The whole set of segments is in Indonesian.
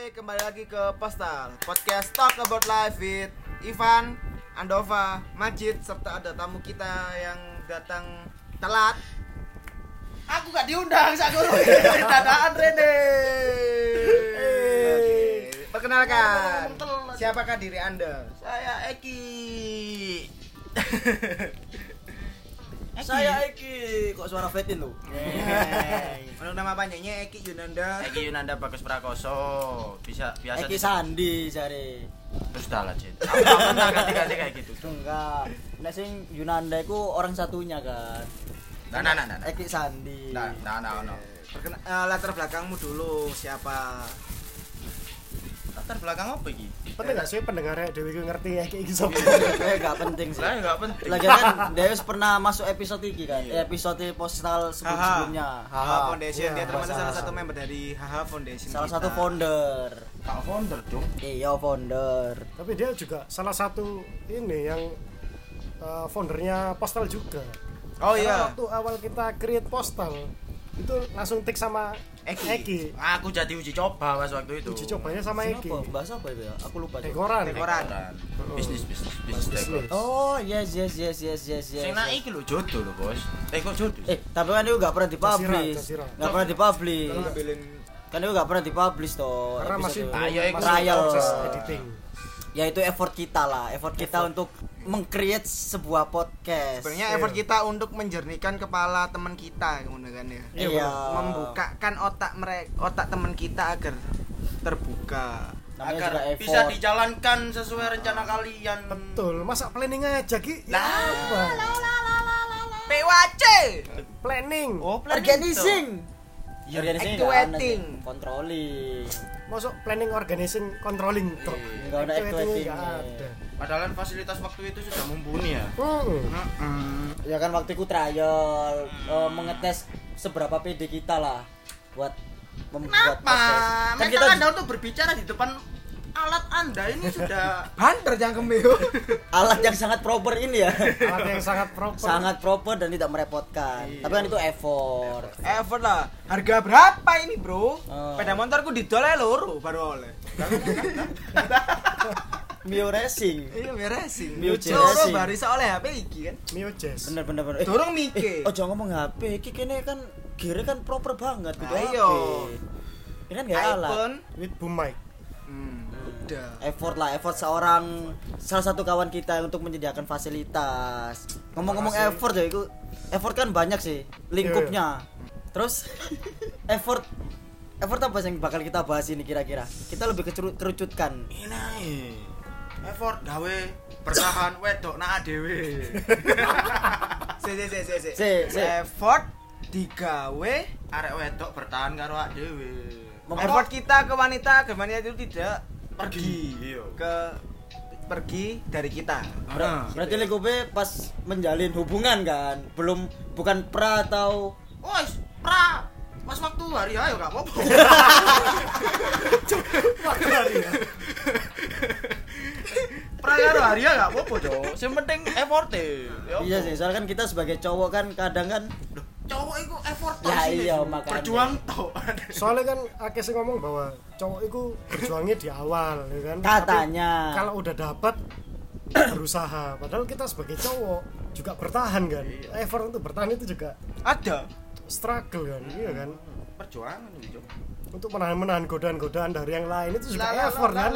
kembali lagi ke Postal Podcast Talk About Life with Ivan, Andova, Majid, serta ada tamu kita yang datang telat. Aku gak diundang, saya guru dadaan Rene. Perkenalkan, siapakah diri Anda? Saya Eki. Saya Eki. Kok suara Fatin lu? Untuk nama panjangnya Eki Yunanda. Eki Yunanda Bagus Prakoso. Biasa Eki Sandi cari. Terus dah lah, Cid. Aku gak pernah ganti-ganti kayak gitu. Enggak. Nek sing Yunanda iku orang satunya kan. Nah. Eki Sandi. Nah. Latar belakangmu dulu siapa? Latar belakang apa iki? Penting gak sih pendengarnya Dewi ngerti ya kayak gitu. Kayak gak penting sih. Lah enggak penting. Lagi kan Deus pernah masuk episode ini kan. Episode Postal sebelumnya. Haha Foundation, dia Iya, termasuk salah salah. satu member dari Haha Foundation. Salah kita. satu founder. Kak founder, Cung. Iya, founder. Tapi dia juga salah satu ini yang foundernya Postal juga. Oh Karena iya. waktu awal kita create Postal itu langsung tik sama Eki. Aku jadi uji coba pas waktu itu. Uji cobanya sama Eki. Siapa? Bahasa apa itu ya? Aku lupa. Cok. Dekoran. Dekoran. Bisnis dekor. Oh, yes. Sing naik iki lho jodoh lho, Bos. Kok jodoh? Tapi kan itu gak pernah dipublish. Jasira. Gak pernah dipublish. Kalau ngambilin Kan itu gak pernah dipublish toh. Karena masih episode. Ayo, Eki. Trial. proses editing. Ya itu effort kita lah. Effort kita untuk meng-create sebuah podcast. sebenarnya effort kita untuk menjernihkan kepala teman kita kemudian kan ya. Iya. Membukakan otak teman kita agar terbuka. Namanya Agar juga effort. bisa dijalankan sesuai rencana kalian. Betul, masa planning aja Ki? Ya Lah. apa? PWC. Planning. Oh, Organizing. Iya, Organizing actuating. nggak ada, controlling. Masuk planning, organizing, controlling tuh. Nggak ada Actuating actuating. nggak ada. Padahal fasilitas waktu itu sudah mumpuni ya. Ya kan waktu itu trial mengetes seberapa pede kita lah buat membuat Kenapa? Kan Mental kita Anda untuk berbicara di depan alat Anda ini sudah Banter jangan kembeo. alat yang sangat proper ini ya. Alat yang sangat proper. Sangat proper dan tidak merepotkan. Iya. Tapi kan itu effort. Effort lah. Harga berapa ini, Bro? Oh. Sepeda motorku didol ae loro baru oleh. Mio Racing. Iya, beresin. Mio Loro Racing. baru iso oleh HP iki kan. Mio Jazz. Bener. Dorong mikir. Oh jangan ngomong HP. Iki kene kan gear kan proper banget gitu. Ayo. Ini kan gak alat. iPhone. With boom mic. Udah. Effort seorang salah satu kawan kita untuk menyediakan fasilitas. Ngomong-ngomong effort ya itu effort kan banyak sih lingkupnya. Terus effort apa yang bakal kita bahas ini kira-kira? Kita lebih kerucutkan. ini effort gawe bertahan wedok nak dhewe. Si. Effort digawe Arek wedok bertahan karo awak dhewe. effort kita ke wanita itu tidak Pergi. Iya. pergi dari kita. Berarti lingkupnya pas menjalin hubungan kan, bukan pra atau Wes, pra. Pas waktu hari ayo gak apa-apa. Pra karo hari ya gak apa-apa, Cok. Sing penting effort-e. Ya iya apa? sih, soalnya kan kita sebagai cowok kan kadang kan Cowok iku effort tok Ya sini. iya, makanya. Berjuang tok. Soalnya kan akeh sing ngomong bahwa cowok itu berjuangnya di awal, ya kan? Katanya. Tapi kalau udah dapat berusaha. Padahal kita sebagai cowok juga bertahan kan. Effort untuk bertahan itu juga Ada. struggle kan, iya kan? Perjuangan iki, Cok. Untuk menahan godaan-godaan dari yang lain itu juga effort kan.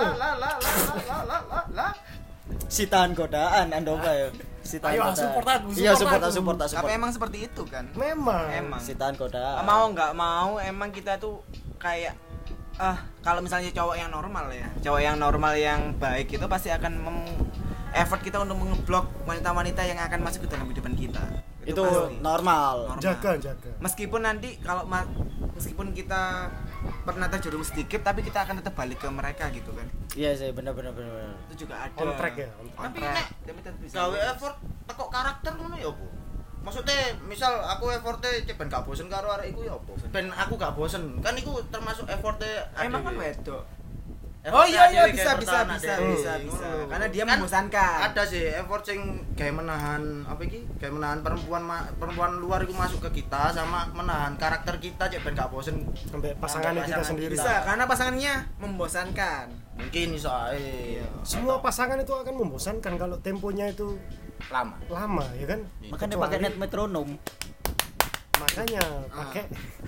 sitaan godaan Andova ya. Sitaan Ayo, godaan. support aku, Iya, support support. Tapi emang seperti itu kan? Memang. Sitaan godaan. Mau nggak mau emang kita tuh kayak kalau misalnya cowok yang normal yang baik itu pasti akan effort kita untuk mengeblok wanita-wanita yang akan masuk ke dalam kehidupan kita. Itu pasti. normal. Jaga. Meskipun nanti meskipun kita pernah terjerumus sedikit tapi kita akan tetap balik ke mereka gitu kan. Iya sih, benar. Itu juga ada. On track ya. On Tapi track. nek Tapi tetap bisa. gawe effort teko karakter ngono ya apa? Maksudnya misal aku effortnya ben gak bosen karo arek iku ya apa? Ben aku gak bosen. Kan iku termasuk effortnya Emang kan wedok. Oh iya Effortnya bisa kayak bisa bertahan bisa ada. bisa. Karena dia Kan membosankan. Ada sih effort sing kayak menahan apa iki? Kayak menahan perempuan luar itu masuk ke kita sama menahan karakter kita cek ben gak bosen. Sampai pasangannya kita sendiri. Bisa karena pasangannya membosankan. Mungkin iso ae. Semua pasangan itu akan membosankan kalau temponya itu Lama. lama, ya kan? Makanya Kecuali- pakai net metronom. Makanya pakai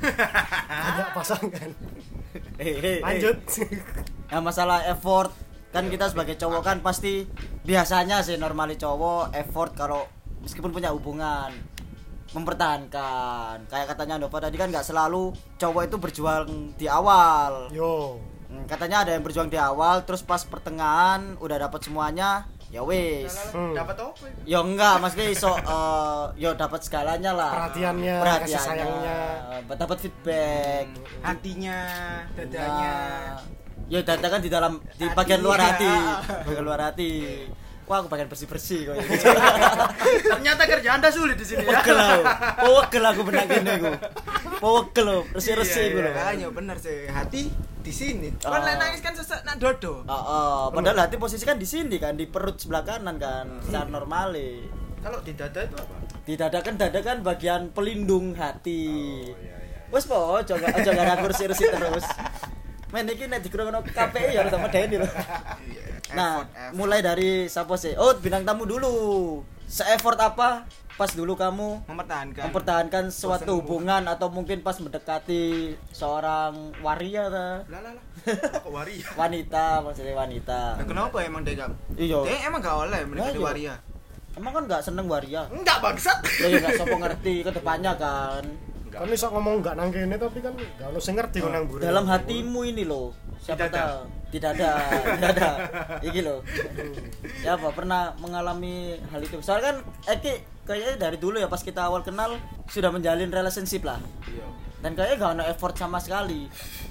banyak pasangan. Lanjut. Lanjut. Nah, masalah effort kan kita sebagai cowok kan pasti biasanya sih normali cowok effort kalau meskipun punya hubungan mempertahankan. Kayak katanya Nova tadi kan nggak selalu cowok itu berjuang di awal. Yo. Katanya ada yang berjuang di awal terus pas pertengahan udah dapat semuanya ya wis. Dapat apa? Ya enggak, maksudnya iso ya dapat segalanya lah. Perhatiannya, kasih sayangnya. Dapat feedback. Hatinya, dadanya. Ya dada kan di dalam di Hati. bagian luar hati. Bagian luar hati. Wah, aku bagian bersih-bersih kok. Ternyata kerja Anda sulit di sini ya. Pegel aku benak gini aku. Pegel lho, resih-resih gue lho. Makanya bener sih, hati di sini. Oh. Kan lek nangis kan sesek nak dodo. Padahal hati posisi kan di sini kan, di perut sebelah kanan kan, secara normal. Kalau di dada itu apa? Di dada kan bagian pelindung hati. Wes po, aja ngaku kursi-kursi terus. Men iki nek dikurangno KPI ya harus sama Deni lho. Nah, mulai dari siapa sih? Oh, bintang tamu dulu. Se-effort apa pas dulu kamu mempertahankan suatu hubungan atau mungkin pas mendekati seorang waria ta? Lah. Kok waria? Wanita, maksudnya wanita. Nah, kenapa emang dia Iya. Dia emang gak oleh mendekati Lah, iya. waria. Emang kan enggak seneng waria? Enggak bangsat. Ya enggak sopo ngerti ke depannya kan. Kan iso ngomong enggak nang kene tapi kan enggak ono sing ngerti kok nang mburi. Dalam hatimu ini loh. Siapa tahu? Tidak ada. Iki loh. Ya apa pernah mengalami hal itu? Soalnya kan Eki kayaknya dari dulu ya pas kita awal kenal sudah menjalin relationship lah. Iya. Dan kayaknya gak ada effort sama sekali.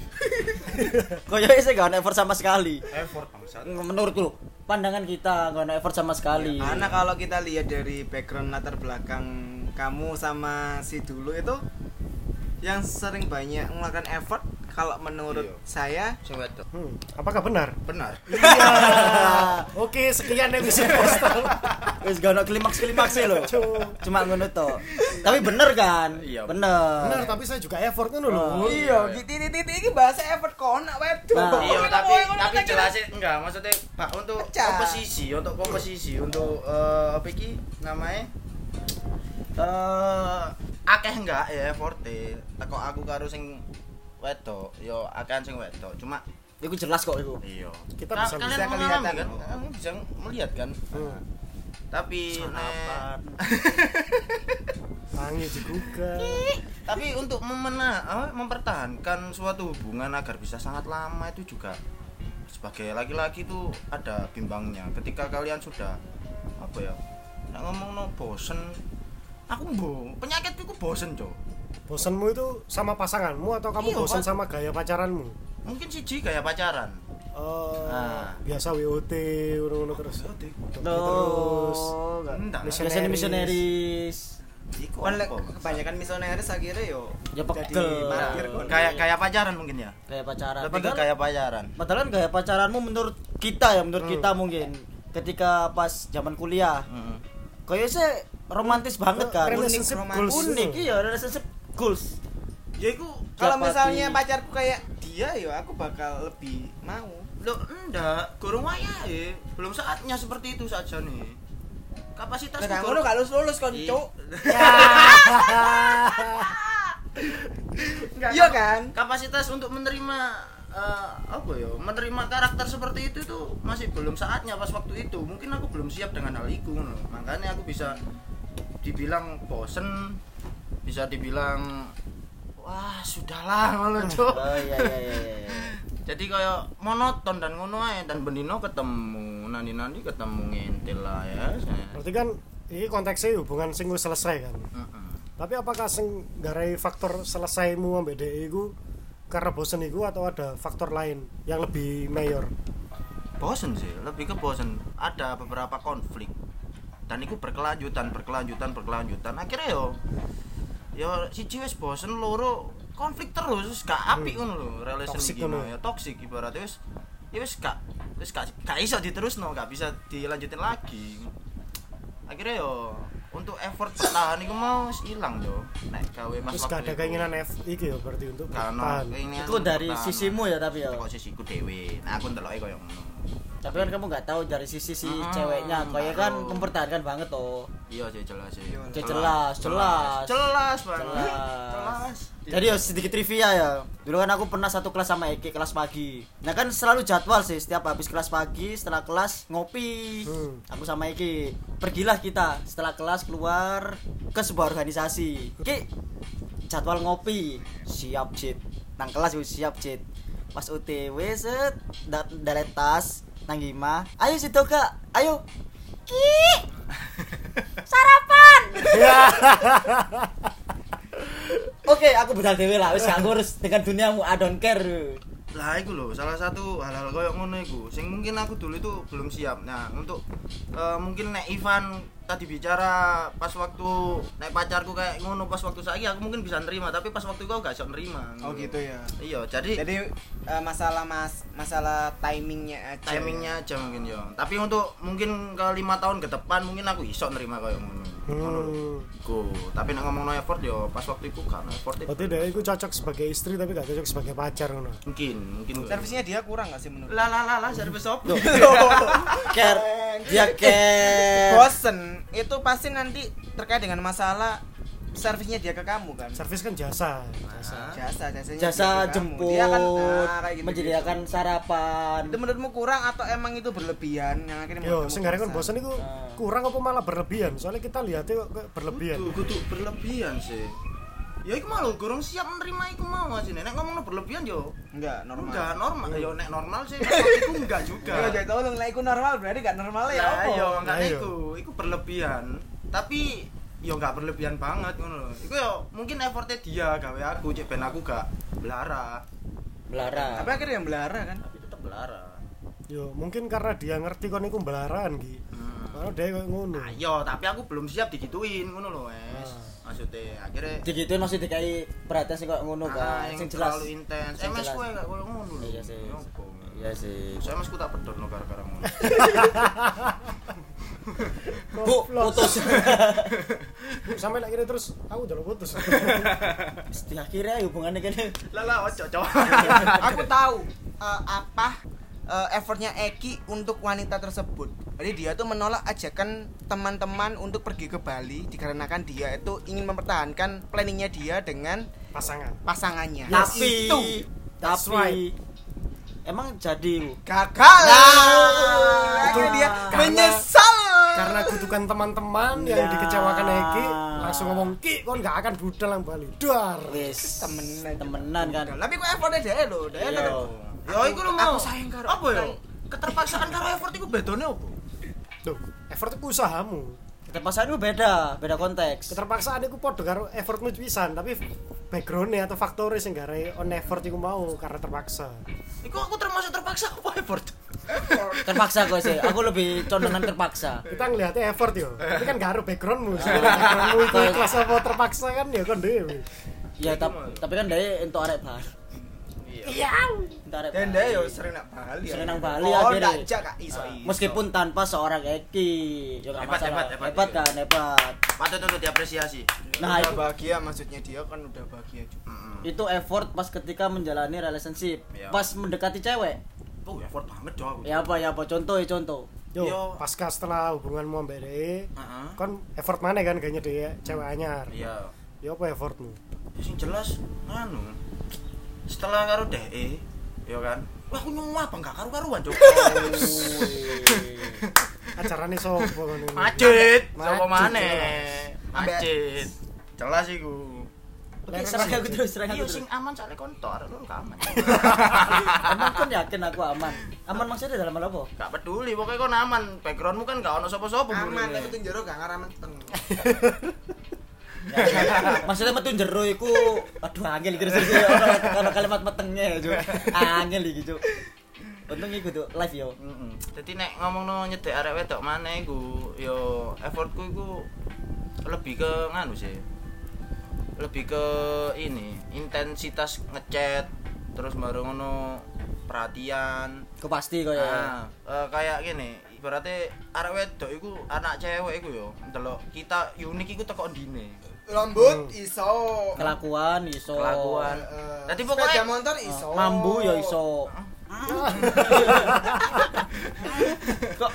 Kayaknya sih gak ada effort sama sekali. Effort bangsat. Menurutku loh, pandangan kita gak ada effort sama sekali. Karena kalau kita lihat dari background latar belakang kamu sama si dulu itu yang sering banyak mengeluarkan effort kalau menurut Iya. saya Sing wedok. Apakah benar? Benar. Iya. Oke, sekian episode postal. Wis gak ada klimaks lho. Cuma ngono to. Tapi bener kan? Iya. Bener. Benar, tapi saya juga effort ngono lho. iya di titik-titik ini bahasa effort konak wedok. Nah. Iya, Kok tapi ngomong ngono tak kira- jelasin enggak maksudnya Pak untuk Pecah. komposisi untuk apa iki namanya? Akeh enggak ya efforte. Teko aku karo sing wedok, yo akehan sing wedok. Cuma Iku jelas kok iku. iya. Kita Nah, bisa kalian bisa mengalami kelihatan. kan? Kamu bisa melihat kan? Tapi Sarapan. Tangi juga. tapi untuk mempertahankan suatu hubungan agar bisa sangat lama itu juga sebagai laki-laki itu ada bimbangnya. Ketika kalian sudah apa ya? Nek ngomong no bosen, aku penyakitku bosen, Cok. Bosanmu itu sama pasanganmu atau kamu Iya, bosan Pak. sama gaya pacaranmu? Mungkin siji kayak pacaran. Oh, biasa WOT ngono-ngono terus. Terus Enggak. biasanya misionaris. Iku Kan lek apa? kebanyakan misionaris akhirnya yo Ya jadi pegel. martir kon. Kayak pacaran mungkin ya. Kayak pacaran. Lebih ke kayak pacaran. Padahal kan gaya pacaranmu menurut kita kita mungkin ketika pas zaman kuliah. Heeh. Kayaknya sih romantis banget kan. Relationship Unik, goals. Unik iya relationship goals. Ya iku kalau Dapati. misalnya pacarku kayak dia yo aku bakal lebih mau. Loh, enggak, gorong wayahe. Belum saatnya seperti itu saja nih. Kapasitas Lah ngono gak lulus kon, Cuk. Iya kan? Kapasitas untuk menerima apa ya? Menerima karakter seperti itu tuh masih belum saatnya pas waktu itu. Mungkin aku belum siap dengan hal itu. Ngono. Makanya aku bisa dibilang bosen, bisa dibilang wah, sudahlah ngono, Cuk. Oh iya. Jadi kayak monoton dan ngono ae dan bendino ketemu, nanti ketemu ngintil lah ya. Berarti kan ini konteksnya hubungan sing wis selesai kan. Heeh. Tapi apakah sing garai faktor selesaimu ambek dhek iku karena bosen iku atau ada faktor lain yang lebih mayor? Bosen sih, lebih ke bosen. Ada beberapa konflik dan itu berkelanjutan. Akhirnya yo siji wis bosen, loro konflik terus, gak apik ngono lho, relation Toxic iki ngono. ya toksik ibaratnya wis ya wis gak iso diterusno, gak bisa dilanjutin lagi. Akhirnya yo untuk effort bertahan iku mau hilang yo. Nek gawe pas Terus gak ada keinginan iki ya berarti untuk bertahan. Itu dari sisimu ya tapi ya. Kok sisiku dhewe. Nah aku ndeloke koyo ngono. Tapi kan kamu nggak tahu dari sisi si ceweknya, kayak kan mempertahankan banget toh. Iya sih jelas sih. Jelas banget. Jelas. Jadi ya sedikit trivia ya. Dulu kan aku pernah satu kelas sama Eki, kelas pagi. Nah kan selalu jadwal sih, setiap habis kelas pagi setelah kelas ngopi. Aku sama Eki, pergilah kita setelah kelas keluar ke sebuah organisasi. Ki, jadwal ngopi, siap Cit. Nang kelas siap Cit. Pas UTW set dalet tas nang Gima. Ayo si Toga, ayo. Ki. Sarapan. Oke, aku budal dhewe lah, wis gak ngurus dengan duniamu, I don't care. Lah iku lho, salah satu hal-hal koyo ngono iku sing mungkin aku dulu itu belum siap. Nah, untuk mungkin nek Ivan tadi bicara pas waktu nek pacarku kayak ngono pas waktu saiki aku mungkin bisa nerima, tapi pas waktu itu aku gak iso nerima. Oh gitu ya. Iya, jadi masalah timingnya aja mungkin yo. Tapi untuk mungkin ke 5 tahun ke depan mungkin aku iso nerima koyo ngono. Tapi nek ngomongno effort yo pas waktu itu gak effort. Berarti dia itu cocok sebagai istri tapi gak cocok sebagai pacar ngono. Mungkin. Servisnya dia kurang gak sih menurut? Lah servis opo? Dia care. Bosen itu pasti nanti terkait dengan masalah servisnya dia ke kamu kan. Servis kan jasa. Jasanya Jasa dia ke kamu. jemput, Dia kan kayak gitu, menyediakan sarapan. Itu menurutmu kurang atau emang itu berlebihan yang akhirnya Yo, membuat kamu sehingga kan bosan? bosan itu kurang apa malah berlebihan? Soalnya kita lihatnya kok berlebihan. Kudu berlebihan sih. Ya iku malu gorong siap menerima iku mau aja nek ngomongno berlebihan yo. Enggak normal. Enggak normal. Yo nek normal sih iku enggak juga. Ya jadi tolong lah iku normal berarti enggak normal ya. Lah yo enggak Ayo. iku berlebihan. Tapi yo enggak berlebihan banget ngono lho. Iku yo mungkin effortnya dia gawe aku cek ben aku gak belara. Tapi akhirnya yang belara kan. Tapi tetep belara. Yo, mungkin karena dia ngerti kon iku mbelaran ki. Kalau dia kayak ngono. Ayo, tapi aku belum siap digituin ngono lho, wes. Maksudnya akhirnya Digituin masih dikai perhatian sing koyo ngono kan. yang Sing jelas. terlalu intens. Sing MS jelas. kowe gak koyo ngono lho. Iya sih. Opo? Iya sih. Saya masku tak pedotno gara-gara ngono. Bu, putus. Sampai lagi terus aku udah putus. Di akhirnya hubungannya kene. Lah ojo cowok. Aku tahu apa effortnya Eki untuk wanita tersebut. Jadi dia tuh menolak ajakan teman-teman untuk pergi ke Bali dikarenakan dia itu ingin mempertahankan planningnya dia dengan pasangannya. Tapi That's right. emang jadi Gagal. Itu Akhirnya dia karena- menyesal. Karena kutukan teman-teman yang dikecewakan Eki langsung ngomong Ki kon gak akan budal nang Bali. Dar. wis Temenan. temenan kan. Tapi kok effortnya dia lho, dia Iya. tetep. Ya iku lho mau. Aku sayang karo apa ya? Keterpaksaan karo effort iku bedone opo? Tuh, effort itu usahamu. Keterpaksaan itu beda konteks. Keterpaksaan itu podo karo effortmu pisan, tapi backgroundnya atau faktornya sing garai on effort iku mau karena terpaksa. Iku aku termasuk terpaksa apa effort? Terpaksa kok sih. Aku lebih condonan terpaksa. Kita ngelihatnya effort yo, tapi kan gak harus backgroundmu. Backgroundmu itu ikhlas apa terpaksa kan ya kon dhewe. Ya tapi kan dari untuk arek bar. Iya. Untuk arek Dan bar. dia yo sering nak Bali. Sering nang Bali oh, akhirnya. ndak jak kak iso. Meskipun tanpa seorang Eki, ya nggak Hebat, masalah. hebat. Hebat kan, hebat. Patut untuk diapresiasi. Nah, udah itu- bahagia maksudnya dia kan udah bahagia juga. Itu effort pas ketika menjalani relationship, Iya. pas mendekati cewek. Oh, effort banget jo aku. Ya apa contoh. Yo, Yo. pasca setelah hubunganmu ambek dhek, Heeh. kon effort mana kan kayaknya dia cewek anyar. Iya. Ya apa effortmu? Ya sing jelas anu. Setelah karo DE, ya kan. Wah, aku nyuwah apa enggak karu-karuan, Cuk. Acarane sopo ngono. Macet. Macet, Sopo maneh? jelas. Macet. Jelas iku. Oke, serang aku terus. Iya sing aman soalnya kontor, lu aman. Emang kon yakin aku aman? Aman maksudnya dalam hal apa? Gak peduli, pokoknya kon aman. Backgroundmu kan gak ono sapa-sapa. Aman murine. tapi tuh jero gak ngarah menteng. Maksudnya metu jero iku aduh angel iki terus ono kalimat metengnya Cuk. Angel iki Cuk. Untung iku tuh live yo. Jadi nek ngomongno nyedek arek wedok maneh iku yo effortku iku lebih ke nganu sih. Lebih ke ini, intensitas ngechat terus baru ngono perhatian. Kau pasti kau ya. Kayak gini, berarti arek wedok iku anak cewek iku yo ndelok kita unik iku teko ndine. Rambut iso. Kelakuan iso. Kelakuan. Dadi Sepeda pokoknya motor iso. Mambu ya iso. kok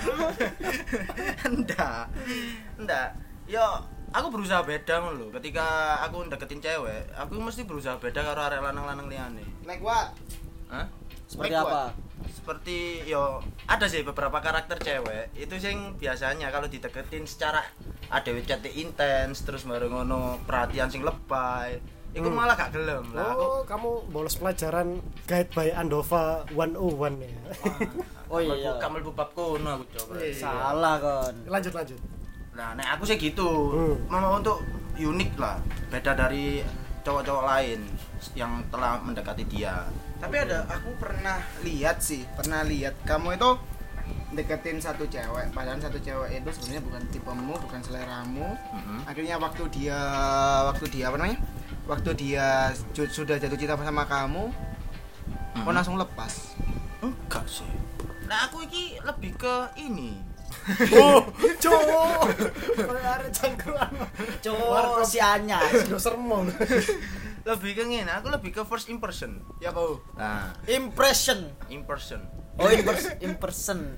enggak yo aku berusaha beda ngono lho ketika aku deketin cewek aku mesti berusaha beda karo arek lanang-lanang liyane. Like what? Hah? Seperti Like apa? Seperti yo ada sih beberapa karakter cewek itu sing biasanya kalau dideketin secara ada chat intens terus baru ngono perhatian sing lebay iku malah gak gelem lah aku. Oh, kamu bolos pelajaran Guide by Andova 101 ya. Oh iya. Kamu bab kono aku coba. Salah kon. Lanjut. Nah, nek aku sih gitu. Mau untuk unik lah, beda dari cowok-cowok lain yang telah mendekati dia. Tapi ada aku pernah lihat kamu itu deketin satu cewek, padahal satu cewek itu sebenarnya bukan tipemu, bukan seleramu. Akhirnya waktu dia apa namanya? Waktu dia sudah jatuh cinta sama kamu, kau langsung lepas. Enggak sih. Nah, aku iki lebih ke ini. Oh, cowok. Kayak arek cangkruan. Cowok si Anya. Sudah sermon. Lebih ke ngene, aku lebih ke first impression. Ya, Bau. Nah, Impression. Oh, impression.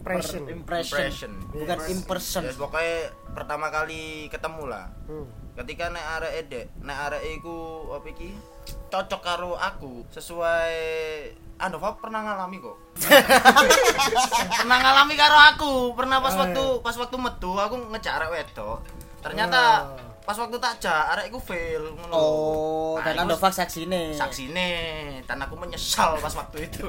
Bukan impression. Ya, pokoknya pertama kali ketemu lah. Ketika nek arek iku apa iki? Cocok karo aku sesuai Andova pernah ngalami kok. Pernah ngalami karo aku. Pernah pas waktu metu aku ngejak arek wedok. Ternyata pas waktu tak jak arek iku fail ngono. Oh, Nah, dan iku Andova saksine. dan aku menyesal pas waktu itu.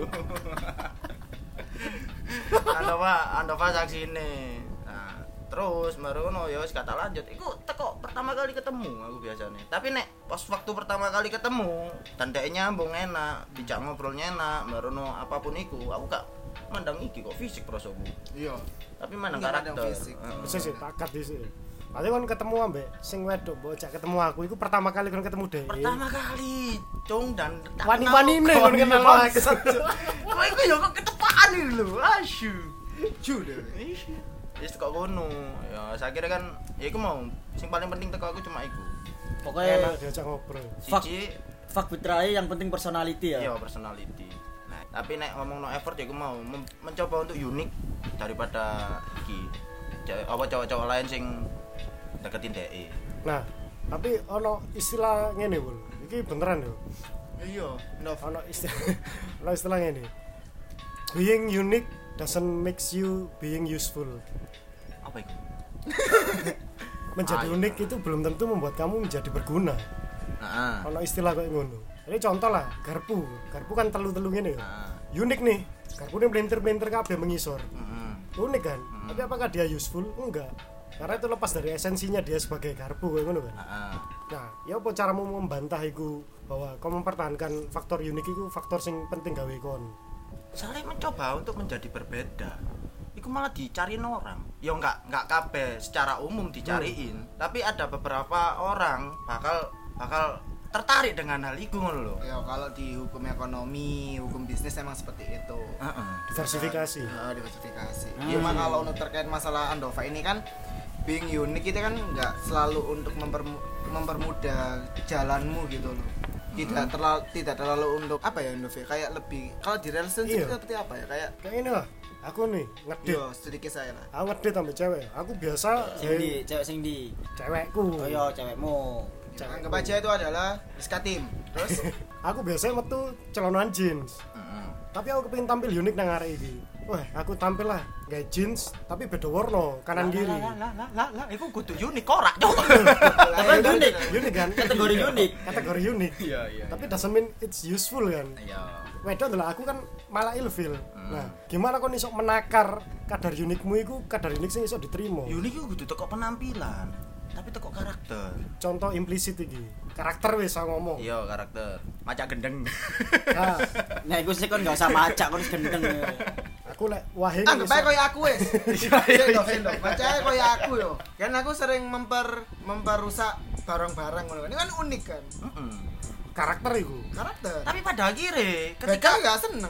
Andova saksine. Nah, terus baru ngono ya wis kata lanjut. Iku teko pertama kali ketemu aku biasanya. Tapi nek pas waktu pertama kali ketemu dan dek nyambung enak, dijak ngobrolnya enak, baru no apapun iku, aku gak mandang iki kok fisik prosoku. Iya. Tapi mandang Nggak karakter. mandang fisik. Bisa sih takat dhisik. Pasti kan ketemu ambek sing wedok bocah ketemu aku iku pertama kali kan ketemu deh. Pertama kali, cung dan Wani-wanine kon kenal aku. Kok iku ya kok ketepaan iki lho. Asyu. Jude. Wis kok ngono. Ya saya kira kan ya iku mau sing paling penting teko aku cuma iku. Pokoknya Enak diajak ngobrol. Siji fuck with Rai yang penting personality ya. iya personality. Nah, tapi nek ngomong no effort ya aku mau mencoba untuk unik daripada iki. Cowok-cowok lain sing deketin DE. Nah, tapi ono istilah ngene, Bul. Iki beneran yo. Iya, Nov. Ono istilah ngene. Being unique doesn't makes you being useful. Apa itu? Menjadi iya. unik itu belum tentu membuat kamu menjadi berguna. Nah, Ono istilah kayak ngono. Ini contoh lah, garpu. Garpu kan telu-telu ngene ya. nah. Unik nih. Garpu ini melintir-melintir kabeh mengisor. Heeh. Unik kan? Tapi apakah dia useful? Enggak. Karena itu lepas dari esensinya dia sebagai garpu kayak ngono kan. Heeh. Nah, ya apa caramu membantah iku bahwa kau mempertahankan faktor unik iku faktor sing penting gawe kon. Soalnya mencoba untuk menjadi berbeda. Iku malah dicariin orang. Ya enggak kabeh secara umum dicariin, tapi ada beberapa orang bakal tertarik dengan hal itu ngono lho. Ya kalau di hukum ekonomi, hukum bisnis emang seperti itu. Heeh. Diversifikasi. Diversifikasi. Cuma kalau untuk terkait masalah Andova ini kan being unique itu kan nggak selalu untuk mempermudah jalanmu gitu loh. Tidak terlalu untuk apa ya Andova, kayak lebih kalau di relationship Iya. itu seperti apa ya, kayak Kayak ini lah. Aku nih ngedit. yo sedikit saya lah. Aku ngedit sama cewek. Aku biasa Cewek sing di. cewekku. Oh iya, cewekmu. Anggap aja itu adalah Rizka Tim. Terus Aku biasanya metu celonan jeans. Heeh. Tapi aku kepengin tampil unik nang arek iki. Wah, aku tampil lah gawe jeans tapi beda warna kanan kiri. Lah, iku kudu unik korak, Cok. Tapi unik. Unik kan? Kategori unik. Kategori unik. Iya. Tapi doesn't mean it's useful kan. Iya. Wedok adalah aku kan malah ilfil. Nah, gimana kau iso menakar kadar unikmu iku kadar unik sing iso diterima. Unik iku kudu teko penampilan, tapi teko karakter. Contoh implisit iki. Karakter wis aku ngomong. Iya, karakter. Macak gendeng. Nah, Nah, iku sih kon enggak usah macak kon gendeng. aku lek wahing anggap aja koyo aku wis. Sendok. Bacae koyo aku yo. Kan aku sering memperusak barang-barang ngono. Ini kan unik kan. Heeh. karakter iku. Karakter. Tapi pada akhirnya Ketika ketika enggak seneng.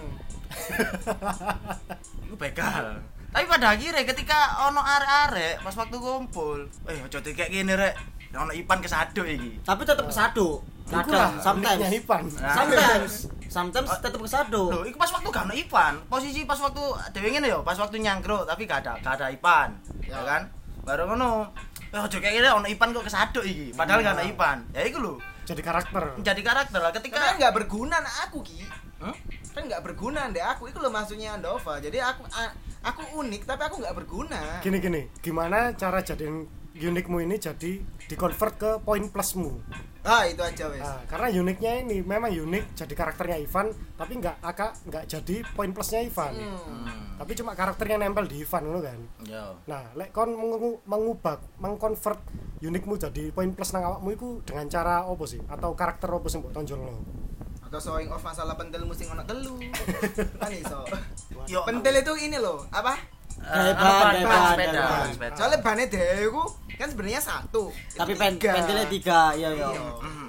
Iku begal. Tapi pada akhirnya ketika ono arek-arek pas waktu kumpul, aja kayak gini rek. Ono Ipan kesaduk iki. Tapi tetep kesado. Iku lah, Kadang uniknya sometimes. Ipan. Sometimes tetep kesado. Loh, iku pas waktu gak ono Ipan. Posisi pas waktu dhewe ngene yo, pas waktu nyangkruk tapi gak ada Ipan. Ya kan? Baru ngono. Aja kayak gini ono Ipan kok kesaduk iki. Padahal gak ono Ipan. Ya iku lho. Jadi karakter. Jadi karakter lah ketika Kan nggak berguna nah aku Ki. Hah? Kan nggak berguna deh aku. Itu loh maksudnya Andova. Jadi aku unik tapi aku nggak berguna. Gini, gimana cara jadiin unikmu ini jadi dikonvert ke poin plusmu? Ah itu aja wes. Nah, karena uniknya ini memang unik jadi karakternya Ivan, tapi nggak jadi poin plusnya Ivan. Tapi cuma karakternya nempel di Ivan lo kan. Yo. Nah, lek kon mengkonvert unikmu jadi poin plus nang awakmu iku dengan cara opo sih? Atau karakter opo sing mbok tonjolno? Atau showing off masalah pentil mesti ono telu. Kan iso. Yo. Pentil itu ini loh, apa? Ban, sepeda. Soalnya bannya dhewe ku kan sebenarnya satu. Tapi Itu tiga. pentilnya 3. Iya. Iya.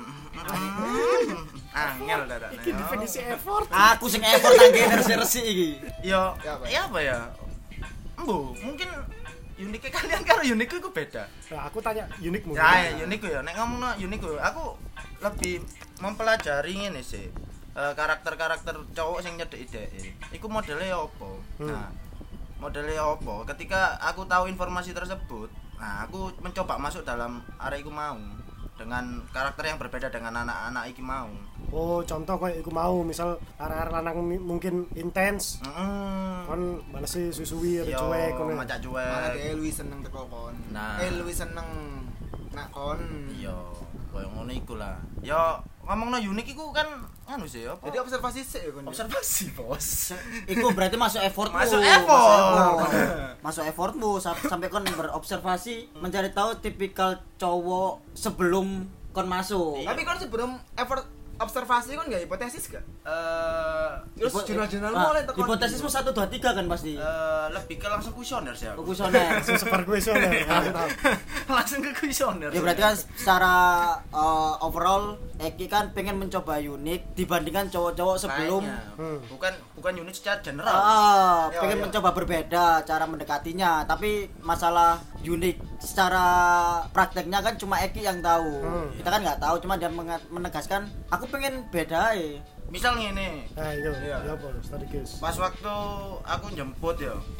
Angel dadak. Iki definisi effort. Aku sing effort nang kene resi-resi iki. Yo, Ya apa? ya apa ya? Mungkin uniknya kalian karo unikku itu beda. Nah, aku tanya unikmu. Ya, unikku ya. Nek ngomongno unikku, aku lebih mempelajari ngene sih. Karakter-karakter cowok sing nyedeki dhek. Iku modelnya opo? Nah, modelnya opo? Ketika aku tahu informasi tersebut, nah aku mencoba masuk dalam area iku mau dengan karakter yang berbeda dengan anak-anak iki mau. Oh, contoh kayak iku mau, misal arek-arek lanang mungkin intens, Heeh. kon balesi susui Yo, atau cuek kono. macak Malah cuek. dia luwih seneng teko kon. Nah. Luwih seneng nak kon. Iya, koyo ngono iku lah. Ya ngomongno unik iku kan anu sih apa? Jadi observasi sih ya kon. observasi, Bos. Iku berarti masuk effortmu. Masuk effort. Masuk effortmu sampai kon berobservasi mencari tahu tipikal cowok sebelum kon masuk. Tapi kon sebelum effort observasi kon enggak hipotesis gak? Terus jurnal-jurnal Ah, mulai tekon. hipotesismu 1 2 3 kan pasti. Lebih ke langsung kuesioner sih aku. Kuesioner. Sebar kuesioner. Mantap. Langsung ke kuesioner. Ya berarti kan secara overall Eki kan pengen mencoba unik dibandingkan cowok-cowok sebelum. Bukan unit secara general. Pengen mencoba berbeda cara mendekatinya, tapi masalah unik secara prakteknya kan cuma Eki yang tahu. Kita kan nggak tahu, cuma dia menegaskan aku pengen beda Misal ngene. Nah, iya, ya apa tadi guys. Pas waktu aku jemput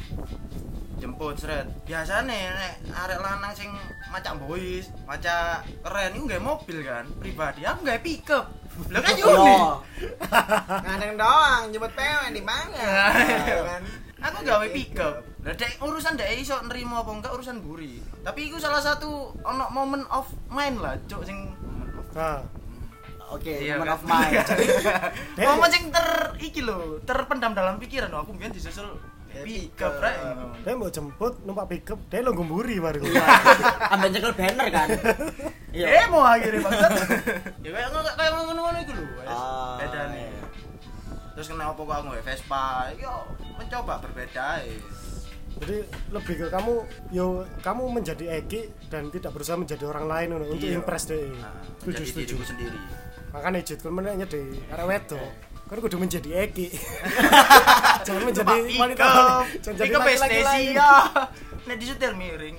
seret. Biasane nek arek lanang sing macak boys, macak keren iku nggae mobil kan, pribadi. Aku nggae pickup. Lah kan unik. Ngadeng doang jemput PW di mana? Kan. Aku gawe pickup. Lah dek urusan dek iso nerima apa enggak urusan buri. Tapi iku salah satu ono moment of mind lah, cuk sing moment of Nah, Oke, Iya, moment kan? of mind. momen sing iki lho, terpendam dalam pikiran. Aku mbiyen disusul pickup rek. dia mau jemput numpak pickup, dia lo gumburi baru. Ambil nyekel banner kan. Mau akhirnya banget. Ya kayak ngono-ngono iku lho. Ah, Bedane. Terus kenapa kok aku nggawe Vespa? Yo mencoba berbeda. Jadi lebih ke kamu menjadi Eki dan tidak berusaha menjadi orang lain untuk Iya. impress deh. Jadi Setuju. diriku sendiri. Makanya Jit, kalau menanya di arah wedok, kan kudu menjadi Eki. Jangan menjadi wanita. Jangan jadi Pickup laki-laki lain. ya. Nek disetir miring.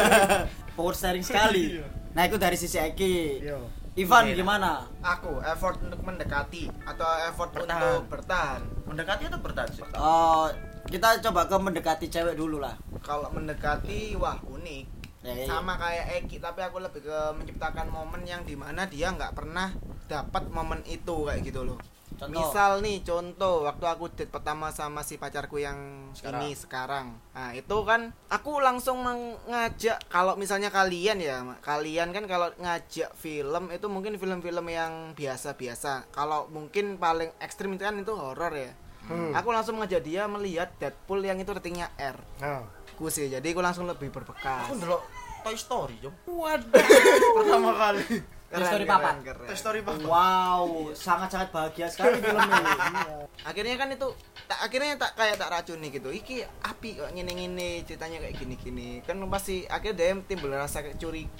Power sharing sekali. Nah, itu dari sisi Eki. Iya. Ivan gimana? Aku effort untuk mendekati atau effort Bertahan. untuk bertahan. Mendekati atau bertahan sih? Kita coba ke mendekati cewek dulu lah. Kalau mendekati wah unik. Ya, iya. Sama kayak Eki tapi aku lebih ke menciptakan momen yang dimana dia nggak pernah dapat momen itu kayak gitu loh. Contoh. Misal nih contoh waktu aku date pertama sama si pacarku yang ini sekarang. Nah itu kan aku langsung mengajak kalau misalnya kalian kan kalau ngajak film itu mungkin film-film yang biasa-biasa. Kalau mungkin paling ekstrim itu kan itu horor ya. Aku langsung mengajak dia melihat Deadpool yang itu ratingnya R. Nah, Aku sih jadi aku langsung lebih berbekas. Aku ndelok Toy Story, Jom. Waduh. Pertama kali. Toy Story Papa. Toy Story Papa. Wow, sangat-sangat bahagia sekali film ini. Akhirnya kan itu tak racuni gitu. Iki api kok ngene-ngene ceritanya kayak gini-gini. Kan pasti akhirnya dia timbul rasa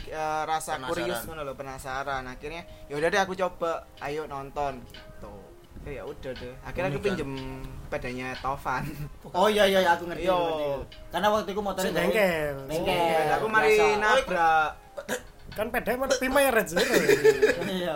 rasa Penasaran. kurius ngono lho, penasaran. Akhirnya ya udah deh aku coba, ayo nonton gitu. Ya udah deh. Akhirnya aku Unik, kan? pinjem sepedanya Tovan. Oh iya aku ngerti. Yo. ngerti. Karena waktu itu motornya Bengkel. Bengkel. Aku mari Biasa. nabrak. Kan pedanya mau Pimaya Red Zero. Iya.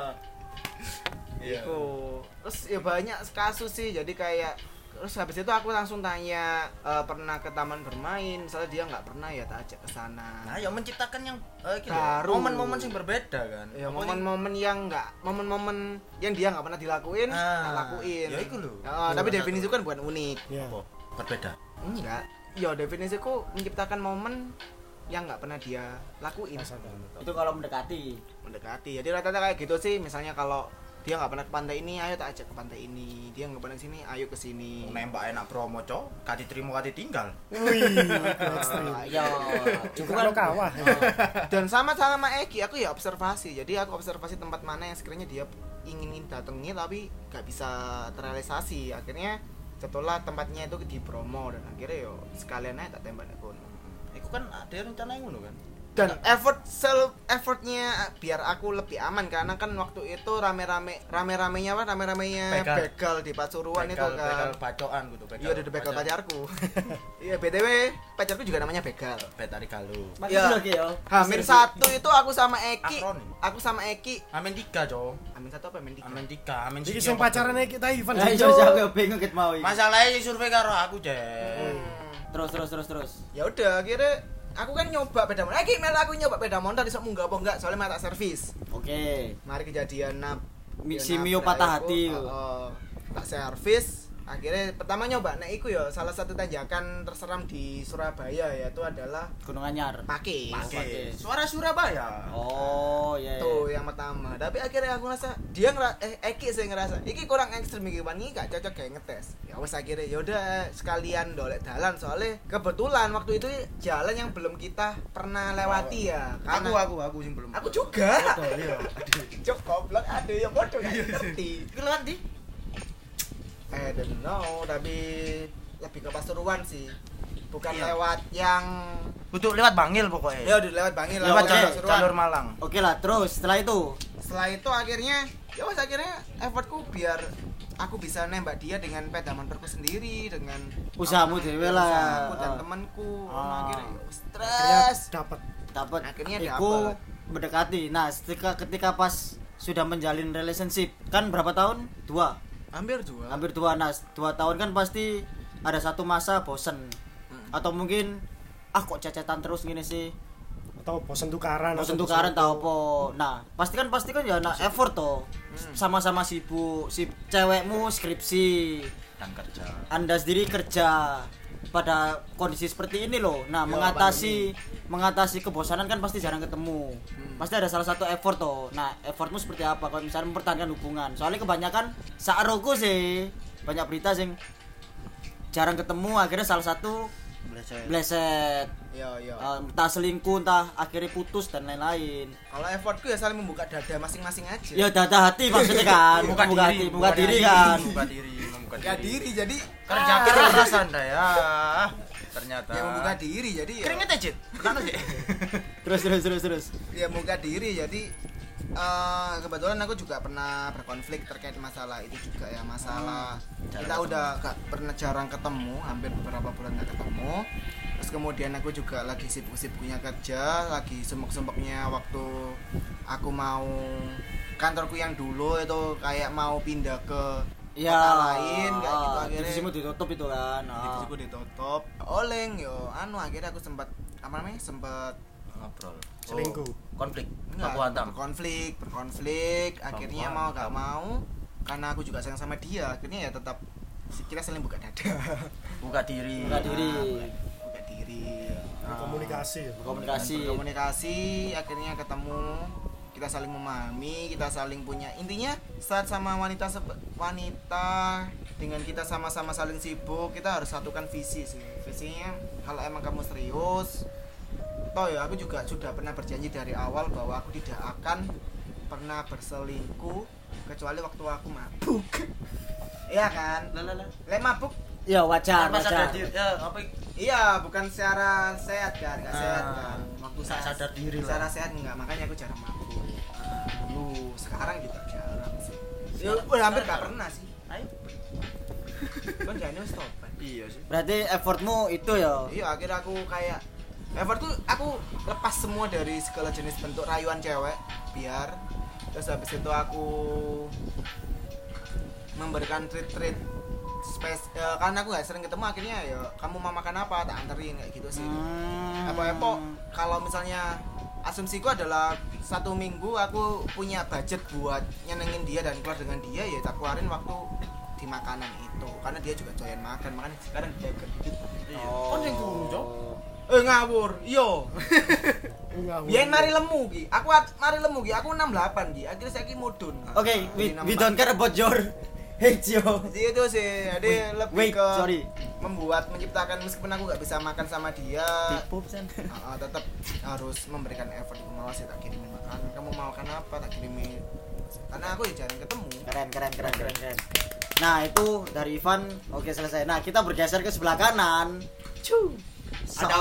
Iku. Terus ya banyak kasus sih. Jadi kayak terus habis itu aku langsung tanya pernah ke taman bermain, misalnya dia nggak pernah ya tak ajak ke sana. Nah, ya menciptakan yang Baru. momen-momen yang berbeda kan. Ya Apa momen-momen yang nggak, momen-momen yang dia nggak pernah dilakuin, tak lakuin. ya iku lho. Tapi Salah definisi kan bukan unik. Iya. Apa? Berbeda. Enggak. Ya definisiku menciptakan momen yang nggak pernah dia lakuin. Itu kalau mendekati. Mendekati. Jadi rata-rata kayak gitu sih. Misalnya kalau dia nggak pernah ke pantai ini, ayo tak ajak ke pantai ini. Dia nggak pernah ke sini, ayo ke sini. Nembak enak promo, Cok. Kati terima kati tinggal. Wih, ekstrim. Ya. Juga lo kawah. Dan sama Eki, aku ya observasi. Jadi aku observasi tempat mana yang sekiranya dia ingin datangi tapi nggak bisa terrealisasi. Akhirnya setelah tempatnya itu di promo dan akhirnya yo sekalian aja tak tembak aku. Iku kan ada rencana yang ngono kan. Dan effortnya biar aku lebih aman karena kan waktu itu rame-ramenya begal di Pasuruan itu kan. Begal bacoan gitu, Iya, ada begal pacarku. Iya, BTW pacarku juga namanya begal. Betari Galuh. Masih Ya. lagi ya. Hamin satu itu aku sama Eki. Akronim. Aku sama Eki. Amin 3, Cok. Hamin satu apa Hamin tiga? Amin 3, amin Jadi 3. sing pacarannya kita Ivan Nah, Jojo. iya aku bingung ket mau iki. Masalahnya survei karo aku, Cek. Terus. Ya udah, akhirnya aku kan nyoba beda motor. Eki mel aku nyoba beda motor iso munggah apa enggak? Soalnya mata servis. Oke. Mari kejadian Si Mio patah hati. Tak servis. Akhirnya pertama nyoba nek iku ya salah satu tanjakan terseram di Surabaya yaitu adalah Gunung Anyar. Pakis. Pakis. Suara Surabaya. Oh, iya. Tuh yang pertama. Tapi akhirnya aku ngerasa Eki saya ngerasa iki kurang ekstrim iki Wan, iki gak cocok kayak ngetes. Ya wes akhirnya yaudah sekalian dolek dalan soalnya kebetulan waktu itu jalan yang belum kita pernah lewati ya. Karena Aku sing belum. aku juga. Betul, iya. Cok goblok ada yang bodoh gak ngerti. Iku lewat di I don't know, tapi lebih ke Pasuruan sih. Bukan Iya. lewat yang Kudu lewat Bangil pokoknya. ya udah lewat Bangil Lewat lewat jalur Malang. Oke lah, terus setelah itu Setelah itu akhirnya ya wes akhirnya effortku biar aku bisa nembak dia dengan sepeda motorku sendiri dengan Usahamu dewe lah. usahaku dan Ah. temanku. Ah. Akhirnya ya wes, Akhirnya stres. dapat. dapat Akhirnya iku dapet. mendekati. Nah, ketika pas sudah menjalin relationship kan berapa tahun? 2. Hampir juga. Hampir 2. Nah, 2 tahun kan pasti ada satu masa bosen. Atau mungkin kok cecetan terus gini sih. Atau bosen tukaran. Bosen atau tukaran bosen tau apa. Nah, pasti kan ya nah effort toh. Sama-sama sibuk, si cewekmu skripsi, Dan kerja. Anda sendiri kerja pada kondisi seperti ini loh. Nah, Ya, mengatasi kebosanan kan pasti jarang ketemu. Pasti ada salah satu effort toh. Nah, effortmu seperti apa kalau misalnya mempertahankan hubungan? Soalnya kebanyakan saat roku sih banyak berita sing jarang ketemu akhirnya salah satu bleset. Ya ya. Entah selingkuh, entah akhirnya putus dan lain-lain. Kalau effortku ya saling membuka dada masing-masing aja. Ya dada hati maksudnya kan. Membuka diri, membuka diri kan. Membuka diri. Membuka diri jadi Kerja keras Anda ya. Ternyata. ya membuka diri jadi ya. Keringet aja, Cit. Kan aja. Terus. Ya membuka diri jadi kebetulan aku juga pernah berkonflik terkait masalah itu juga ya, masalah kita udah gak pernah jarang ketemu, hampir beberapa bulan gak ketemu. Terus kemudian aku juga lagi sibuk-sibuknya kerja, lagi sumpek-sumpeknya waktu aku mau kantorku yang dulu itu kayak mau pindah ke Ya, kota lain kayak gitu akhirnya divisimu ditutup itu kan. divisiku ditutup. Oleng yo akhirnya aku sempat Ngobrol. Selingkuh. Konflik. Enggak, Baku hantam. berkonflik akhirnya mau gak mau karena aku juga sayang sama dia akhirnya ya tetap kita saling buka dada. Buka diri. Buka diri. Buka diri. Komunikasi. Komunikasi akhirnya ketemu, kita saling memahami, kita saling punya, intinya saat sama wanita dengan kita sama-sama saling sibuk, kita harus satukan visi sih. Visinya kalau emang kamu serius, toh ya aku juga sudah pernah berjanji dari awal bahwa aku tidak akan pernah berselingkuh kecuali waktu aku mabuk. Iya kan? Lek mabuk Ya wajar, Tanpa sadar wajar. diri. Ya, apa iya, bukan secara sehat kan, nggak sehat kan. Waktu nggak sadar diri lah. secara sehat enggak, makanya aku jarang mabuk. Sekarang juga jarang sih. Ya, udah hampir nggak pernah sih. Ayo. Kan jane wis tobat. Iya sih. Berarti effortmu itu ya. Iya, akhirnya aku kayak effort tuh aku lepas semua dari segala jenis bentuk rayuan cewek biar terus habis itu aku memberikan treat karena aku nggak sering ketemu akhirnya ya kamu mau makan apa tak anterin kayak gitu sih. Apa kalau misalnya asumsiku adalah 1 minggu aku punya budget buat nyenengin dia dan keluar dengan dia ya tak keluarin waktu di makanan itu karena dia juga doyan makan makanya sekarang dia gendut. Iya. Kon sing guru, Cok. Ngawur, iya. Ngawur. Biyen mari lemu ki. Aku mari lemu ki. Aku 68 ki. Akhirnya saiki mudun. Oke, we don't care about your age yo. Jadi itu sih. Jadi lebih Wait, ke sorry. menciptakan meskipun aku nggak bisa makan sama dia. Pop sen. Tetap harus memberikan effort. Mau sih tak kirimin makan. Kamu mau makan apa tak kirimin. Karena aku ya jarang ketemu. Keren. Nah, itu dari Ivan. Oke, selesai. Nah, kita bergeser ke sebelah kanan. Ada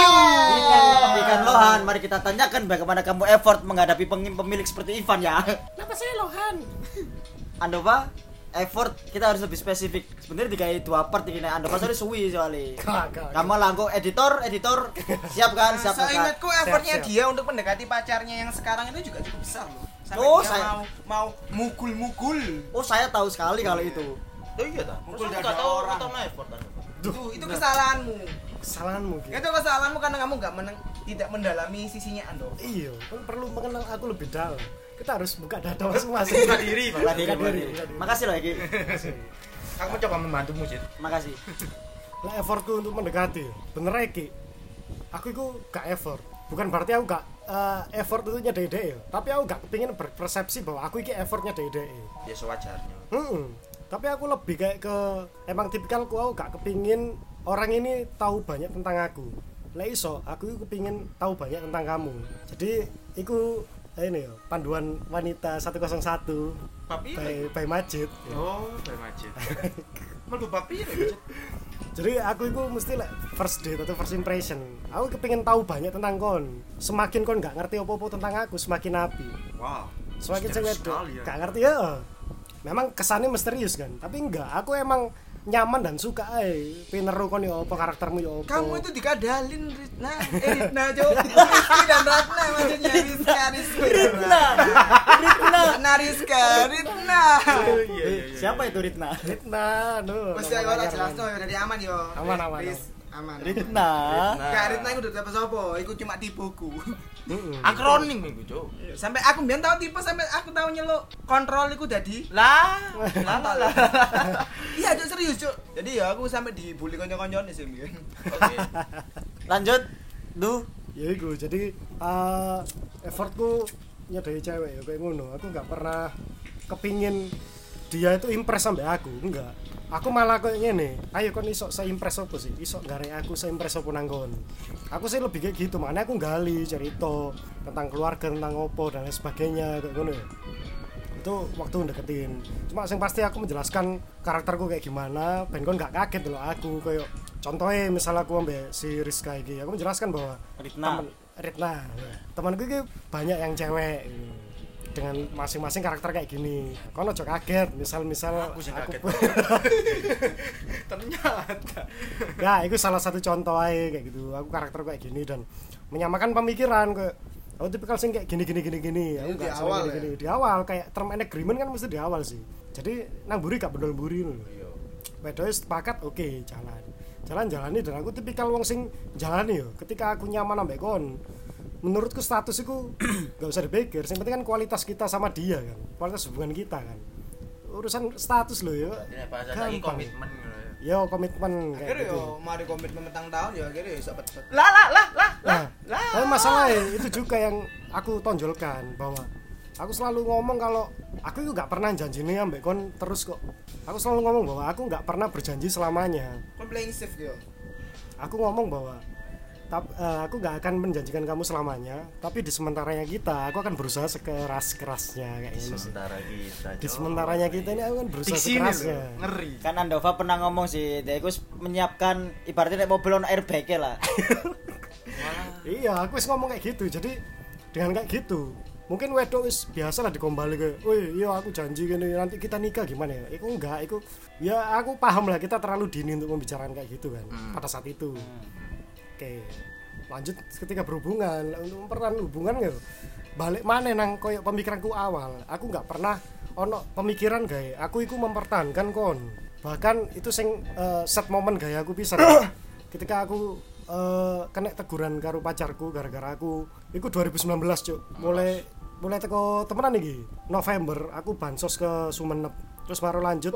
Ikan Lohan, mari kita tanyakan bagaimana kamu effort menghadapi pemilik seperti Ivan ya. Kenapa saya Lohan? Andova, effort kita harus lebih spesifik. Sebenarnya dikai 2 part iki nek Andova sorry suwi soalnya. Kagak. Kamu langsung editor, siap kan? Siap kan? Seingatku effortnya Siap. dia untuk mendekati pacarnya yang sekarang itu juga cukup besar loh. Sampai Oh, dia saya- mau mukul. Oh, saya tahu sekali kalau itu. Oh iya ta. Mukul Terus aku dada gak tahu orang. atau effort kan. Itu kesalahanmu. Kesalahanmu gitu. Itu kesalahanmu karena kamu tidak mendalami sisinya Ando. Iya, kamu perlu mengenal aku lebih dalam. Kita harus buka data masing-masing. Buka diri, Bang. Buka diri. Buka diri. Makasih loh Iki. Aku coba membantumu, Cid. Makasih. Lah effortku untuk mendekati, bener Ki. Aku itu gak effort. Bukan berarti aku gak effort itu nyedek ya. Tapi aku gak kepingin berpersepsi bahwa aku iki effortnya dede. Ya sewajarnya. Tapi aku lebih kayak ke emang tipikalku aku gak kepingin orang ini tahu banyak tentang aku. Lah iso, aku kepingin tahu banyak tentang kamu. Jadi iku ini ya, panduan wanita 101 Papi. by Majid. Oh, Bay Majid. Mlebu papi ya, Cid. Jadi aku itu mesti first date atau first impression. Aku kepingin tahu banyak tentang kon. Semakin kon gak ngerti apa-apa tentang aku, semakin api. Wow. Semakin Misterius cewek sekali ya. gak ngerti ya. Memang kesannya misterius kan, tapi enggak. Aku emang nyaman dan suka pineru kon yo apa karaktermu yo apa. Kamu itu dikadalin Ritna Jo. Rizky dan Ratna maksudnya Ritna. Ritna. Iya. Siapa itu Ritna? Nah, Mesti aku ora jelas no ya dari aman yo. Aman, aman, Please, aman. Ritna. Gak Ritna iku udah dapat sapa? Iku cuma tipuku. Akronim iku, Cuk. Sampai aku mbiyen tau tipe sampai aku tau nyeluk kontrol iku dadi Lah. Iya, Cuk, serius, Cuk. Jadi ya aku sampai dibully kanca-kancane sih mbiyen. Oke. Lanjut. Duh. Ya iku, jadi effortku nyedai cewek ya kayak ngono. Aku nggak pernah kepingin dia itu impress sampai aku, enggak. Aku malah kayak ngene, ayo kon iso se-impress apa sih? Iso garek aku se-impress apa nang kon. Aku sih lebih kayak gitu, makanya aku gali cerita tentang keluarga, tentang opo dan lain sebagainya kayak ngono ya. Itu waktu deketin. Cuma yang pasti aku menjelaskan karakterku kayak gimana, ben kon gak kaget loh aku kayak contohnya misal aku ambek si Rizka iki, aku menjelaskan bahwa Ritna. temanku iki banyak yang cewek dengan masing-masing karakter kayak gini. Kono ojo kaget, misal Aku sih kaget. Ternyata. Ya, itu salah satu contoh aja kayak gitu. Aku karakter kayak gini dan menyamakan pemikiran kayak aku tipikal sing kayak gini. Aku Itu nggak di sering awal gini. Di awal kayak term and agreement kan mesti di awal sih. Jadi nang buri gak bedol buri lho. Iya. Wedoe sepakat oke, jalan-jalani dan aku tipikal wong sing jalani yo. Ketika aku nyaman ambek kon, menurutku status itu gak usah dipikir. Yang penting kan kualitas kita sama dia kan, kualitas hubungan kita kan. Urusan status loh yo. Ini bahasa lagi Gampang. komitmen gitu ya. Yo komitmen kayak Akhirnya gitu. yo mari komitmen petang tahun ya akhirnya ya cepet-cepet. Nah, tapi masalahnya itu juga yang aku tonjolkan bahwa aku selalu ngomong kalau aku itu gak pernah janji nih ambek kon terus kok. Aku selalu ngomong bahwa aku gak pernah berjanji selamanya. Kon playing safe yo. Aku ngomong bahwa aku gak akan menjanjikan kamu selamanya, tapi di sementaranya kita aku akan berusaha sekeras-kerasnya kayak gini sih. Sementara kita. Di sementaranya kita ini aku kan berusaha Diksi ini sekerasnya. loh, ngeri. Kan Andova pernah ngomong sih, dia itu menyiapkan ibaratnya mobil on airbag lah. Iya, aku wis ngomong kayak gitu. Jadi dengan kayak gitu, mungkin wedok wis biasa lah dikombali kayak, woi iya aku janji gini nanti kita nikah gimana ya, itu enggak, itu ya aku paham lah kita terlalu dini untuk membicarakan kayak gitu kan pada saat itu. Oke, lanjut ketika berhubungan, untuk mempertahankan hubungan ya balik mana nang koyo pemikiranku awal, aku nggak pernah ono pemikiran gaya aku iku mempertahankan kon, bahkan itu sing set momen gaya aku pisan ketika aku kena teguran karo pacarku gara-gara aku iku 2019 cuk, mulai teko temenan iki November aku bansos ke Sumenep, terus baru lanjut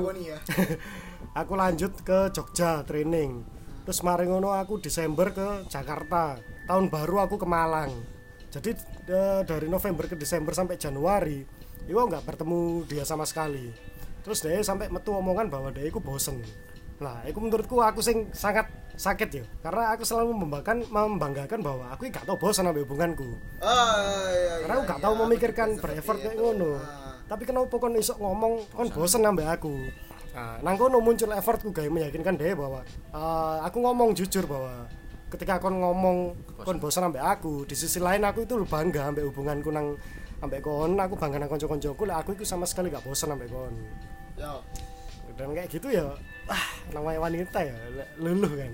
aku lanjut ke Jogja training, terus mari ngono aku Desember ke Jakarta, tahun baru aku ke Malang. Jadi dari November ke Desember sampai Januari itu nggak bertemu dia sama sekali. Terus dia sampai metu omongan bahwa dia itu bosen. Nah itu menurutku aku sing sangat sakit ya, karena aku selalu membanggakan bahwa aku gak tau bosan sampai hubunganku. Karena aku gak tau memikirkan bereffort kayak ngono. Tapi kenapa kon iso ngomong kon bosan sampai aku. Nah, nang kono muncul effortku gawe meyakinkan dia bahwa aku ngomong jujur bahwa ketika kon ngomong kon bosan sampai aku, di sisi lain aku itu bangga sampai hubunganku nang sampai kon, aku bangga nang kanca-kancaku lah, aku itu sama sekali gak bosan sampai kon. Yo. Dan kayak gitu ya, namanya wanita ya luluh kan,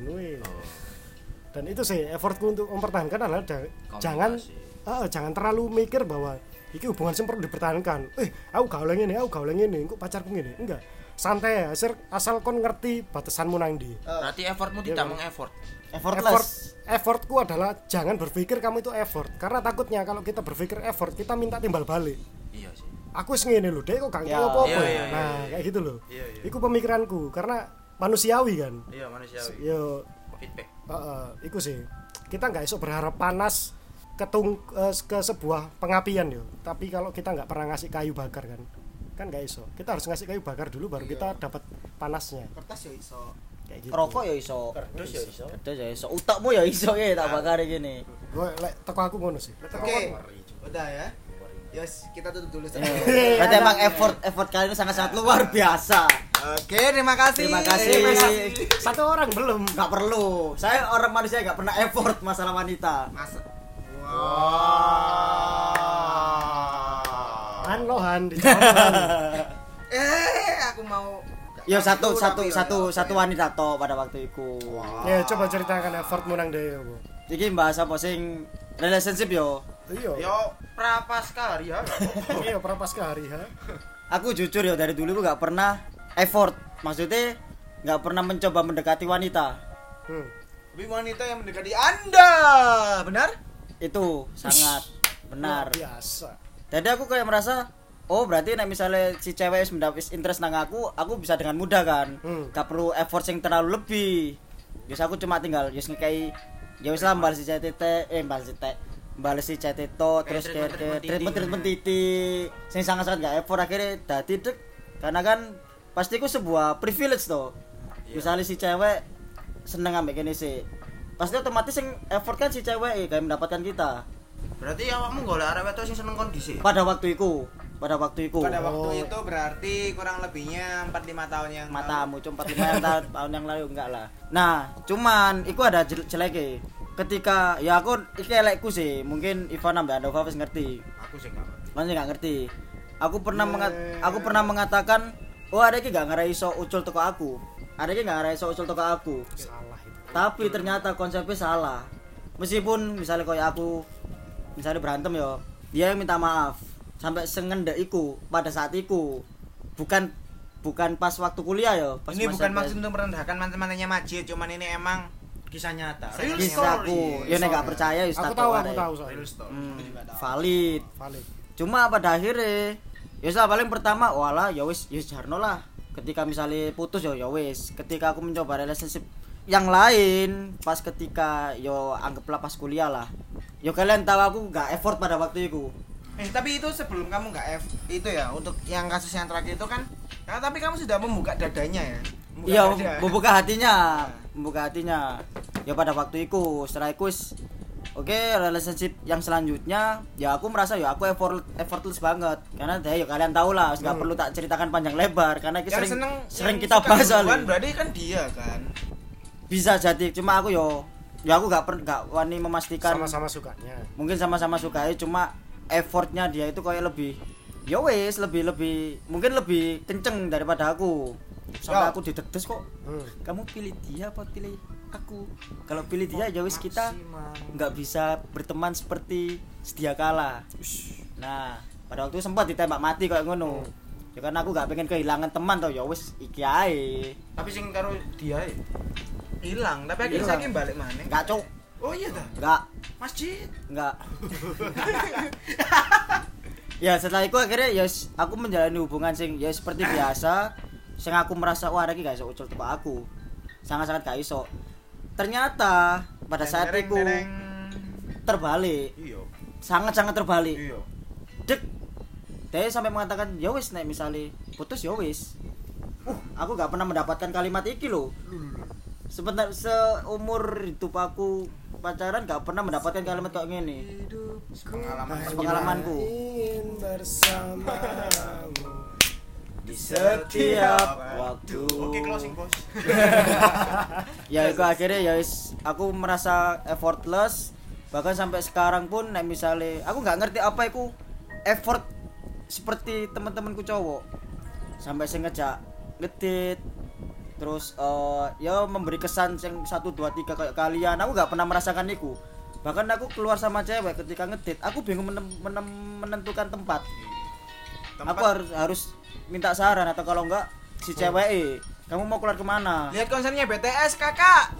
dan itu sih effortku untuk mempertahankan adalah jangan terlalu mikir bahwa ini hubungan sih perlu dipertahankan. Aku gaul yang ini, kok pacarku gini, enggak, santai ya, asal kon ngerti batasanmu nang di. Berarti effortmu tidak mengeffort. Effortku adalah jangan berpikir kamu itu effort, karena takutnya kalau kita berpikir effort kita minta timbal balik. Iya sih. Aku ngene lho, dek kok gak tau apa-apa. Nah, kayak gitu loh. Iku pemikiranku karena manusiawi kan. Iya, manusiawi. Yo Feedback. Iku sih. Kita nggak esok berharap panas ke sebuah pengapian yo. Tapi kalau kita nggak pernah ngasih kayu bakar kan nggak esok. Kita harus ngasih kayu bakar dulu baru kita dapat panasnya. Kertas ya iso. Gitu. Rokok ya iso. Kerdus ya iso. Kerdus ya iso. Utakmu ya iso ya tak bakar gini. Gue teko aku ngono sih. Oke. Udah ya. Yos, kita tutup dulu. Berarti emang effort kalian sangat-sangat luar biasa. Oke, terima kasih. Satu orang belum. Gak perlu. Saya orang manusia gak pernah effort masalah wanita. Han lohan dijawab. Aku mau. Ya satu wanita toh pada waktu itu. Ya coba ceritakan effortmu nang dhewe apa. Iki bahas apa sing relationship yo. Iya. Yo prapaskah hari ya. Iya, prapaskah hari ha. Aku jujur ya dari dulu gak pernah effort. Maksudnya gak pernah mencoba mendekati wanita. Tapi wanita yang mendekati Anda, benar? Itu sangat benar. Luar biasa. Jadi aku kayak merasa, oh berarti nek misalnya si cewek mendapat interest nang aku bisa dengan mudah kan. Gak perlu effort yang terlalu lebih. Biasa aku cuma tinggal ngekei ya wis lah balas si chat itu terus kayak treatment titik sing sangat-sangat gak effort akhirnya dadi dek, karena kan pasti ku sebuah privilege toh. Misalnya si cewek seneng ambek kene sih, pasti otomatis sing effort kan si cewek kayak mendapatkan kita. Berarti awakmu golek arek wedok sing seneng kondisi. Pada waktu itu Pada waktu itu berarti kurang lebihnya 4-5 tahun yang matamu cuma 4-5 tahun yang lalu enggak lah. Nah, cuman iku ada jeleknya. Ketika ya aku iki elekku sih, mungkin Ivan ambek Andova wis ngerti. Aku sih enggak ngerti. Masih enggak ngerti. Aku pernah mengatakan, "Oh, ada iki gak ngarai iso ucul teko aku. Ada iki gak ngarai iso ucul teko aku." Salah itu. Tapi ternyata konsepnya salah. Meskipun misalnya kayak aku misalnya berantem yo, dia yang minta maaf. Sampai sengendek iku pada saat iku. Bukan pas waktu kuliah yo. Pas ini bukan maksud untuk merendahkan mantan-mantannya Majid, cuman ini emang Kisah nyata. Kisahku. Ya nek gak percaya wis Aku tak tahu Real story. valid. Cuma pada akhirnya ya paling pertama wala ya wis jarno lah. Ketika misalnya putus ya wis. Ketika aku mencoba relationship yang lain pas ketika yo anggaplah pas kuliah lah. Yo kalian tahu aku gak effort pada waktu itu. Tapi itu sebelum kamu nggak itu ya untuk yang kasus yang terakhir itu kan, tapi kamu sudah membuka dadanya ya. Iya, membuka hatinya. Ya pada waktu itu setelah itu oke, relationship yang selanjutnya ya aku merasa ya aku effortless banget karena ya kalian tahu lah nggak perlu tak ceritakan panjang lebar karena itu sering kita bahas soalnya. Berarti kan dia kan bisa jadi, cuma aku aku nggak wani memastikan sama-sama sukanya. Mungkin sama-sama sukanya, cuma effortnya dia itu kayak lebih ya wis lebih mungkin lebih kenceng daripada aku. Sampai aku ditetes kok. Kamu pilih dia apa pilih aku? Kalau pilih dia ya wis kita nggak bisa berteman seperti sedia kala. Nah, pada waktu itu sempat ditembak mati kayak ngono. Ya karena aku gak pengen kehilangan teman toh, ya wis iki ae. Tapi sing karo dia ya. Hilang, tapi akhirnya Hilang. saya balik mana? Enggak, Cuk. Oh iya dah. Enggak, Masjid. enggak. Ya setelah itu akhirnya ya aku menjalani hubungan sing ya seperti biasa. Sing aku merasa wah iki gak iso ucul tebak aku. Sangat-sangat gak iso. Ternyata pada saat itu terbalik. Iya. Sangat-sangat terbalik. Iya. Dek. Dia sampai mengatakan ya wis nek misale putus ya wis. Aku gak pernah mendapatkan kalimat iki loh. Seumur hidup aku pacaran gak pernah mendapatkan kalimat kayak gini. Pengalamanku. Ingin bersamamu Di setiap waktu. Oke, closing bos. Ya itu akhirnya ya wis aku merasa effortless. Bahkan sampai sekarang pun nek misale aku nggak ngerti apa itu effort seperti teman-temanku cowok. Sampai saya ngejak ngedit terus ya memberi kesan yang 1 2 3 kayak kalian. Aku nggak pernah merasakan itu. Bahkan aku keluar sama cewek ketika ngedit, aku bingung menentukan tempat. Aku harus minta saran atau kalau enggak si cewek kamu mau keluar kemana? Lihat konsernya BTS kakak.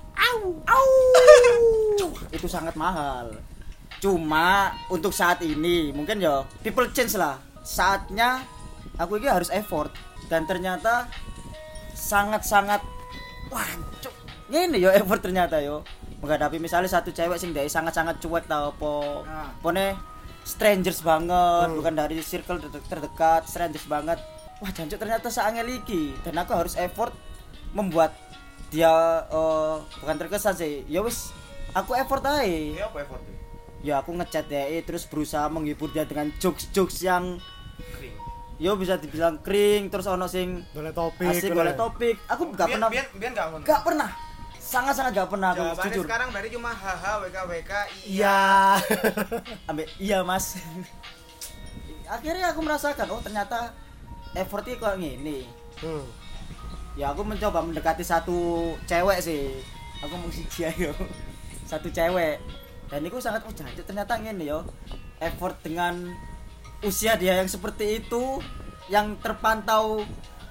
Itu sangat mahal. Cuma untuk saat ini mungkin ya people change lah. Saatnya aku ini harus effort dan ternyata sangat-sangat wancuk. Ini yo effort ternyata yo. Menghadapi misalnya satu cewek sing dari sangat-sangat cuek tau apa. Pone strangers banget, bukan dari circle terdekat, strangers banget. Wah, jancuk ternyata seangel iki dan aku harus effort membuat dia bukan terkesan sih. Ya wis, aku effort aja. Ya apa effort? Ya aku ngechat dia terus berusaha menghibur dia dengan jokes-jokes yang Kering. yo bisa dibilang kering terus ono sing boleh topik asik boleh topik. Aku gak pernah Biar enggak ngono. gak pernah. Sangat-sangat gak pernah aku Jawabannya jujur. sekarang berarti cuma haha WKWK iya Ambek iya mas. Akhirnya aku merasakan oh ternyata effortnya kok gini. Ya aku mencoba mendekati satu cewek sih. Aku mau siji ayo. Satu cewek. Dan itu sangat jancuk ternyata ngene yo. Effort dengan usia dia yang seperti itu yang terpaut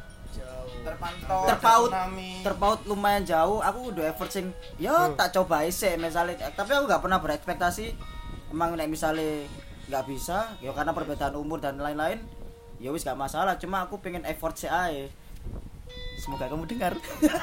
lumayan jauh. Aku udah effort sing yo tak coba sih misalnya, tapi aku gak pernah berekspektasi emang nek misalnya nggak bisa ya karena perbedaan umur dan lain-lain ya wis gak masalah, cuma aku pengen effort sih ae. Semoga kamu dengar.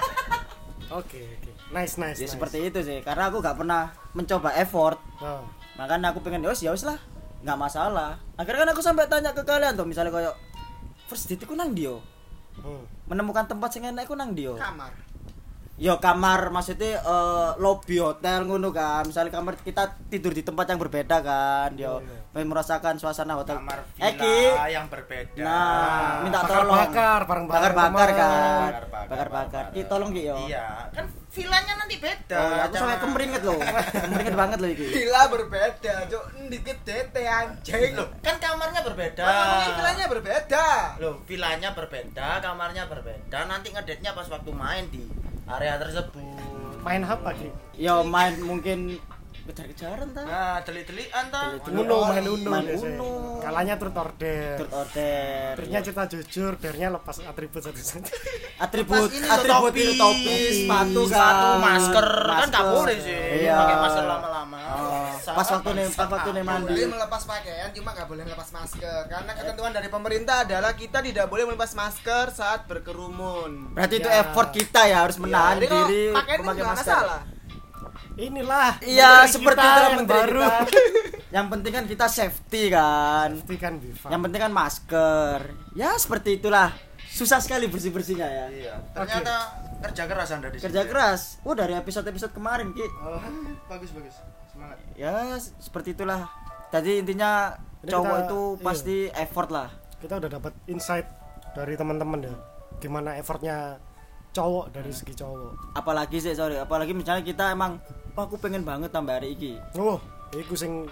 Oke. Nice. Ya seperti itu sih, karena aku gak pernah mencoba effort. Makanya aku pengen ya wis lah, nggak masalah. Akhirnya kan aku sampai tanya ke kalian tuh, misalnya kayak first date ku nang ndi yo? Menemukan tempat sing enak ku nang ndi yo? kamar. Yo kamar maksudnya lobby hotel ngono kan. Misalnya kamar kita tidur di tempat yang berbeda kan. Yo pengen merasakan suasana hotel. Kamar villa yang berbeda. Nah, minta tolong. Bakar-bakar kan. Bakar-bakar. Ki tolong ki yo. Iya, kan villanya nanti beda. Oh, aku sampai kemeringet loh. Kemeringet banget loh iki. Villa berbeda, cuk. Dikit dete anjing. Loh, kan kamarnya berbeda. Ngomongin villanya berbeda. Loh, villanya berbeda, kamarnya berbeda. Nanti ngedate-nya pas waktu main di area tersebut. main apa Ki? Yo main mungkin kejar-kejaran ta. Nah, delik-delikan ta. Main Uno Main biasanya. Uno. Kalahnya truth or dare. Turut order. Terusnya cerita jujur, dare-nya lepas atribut satu-satu. Atribut Ini atribut topi, itu topi, sepatu sepatu, kan. masker. Kan gak boleh sih. Iya. Pakai masker lama-lama. Pas waktu nih mandi. Boleh melepas pakaian, cuma nggak boleh melepas masker. Karena ketentuan dari pemerintah adalah kita tidak boleh melepas masker saat berkerumun. Berarti itu Ya. effort kita ya harus menahan Jadi kalau diri pakaian kan memakai nggak masker. masalah. Inilah. Iya, menteri seperti kita itu yang menteri baru. kita. Yang penting kan kita safety kan. Pasti kan Biva. Yang penting kan masker. Ya seperti itulah. Susah sekali bersih-bersihnya ya. Iya. Ternyata kerja keras Anda di sini. Kerja keras. Dari episode-episode kemarin, Ki. Oh, bagus. Semangat. Ya, seperti itulah. Jadi intinya Jadi cowok kita- itu iya. pasti effort lah. Kita udah dapat insight dari teman-teman ya. Gimana effortnya cowok dari segi cowok. Apalagi misalnya kita emang wah, aku pengen banget tambah hari ini. Oh, iku sing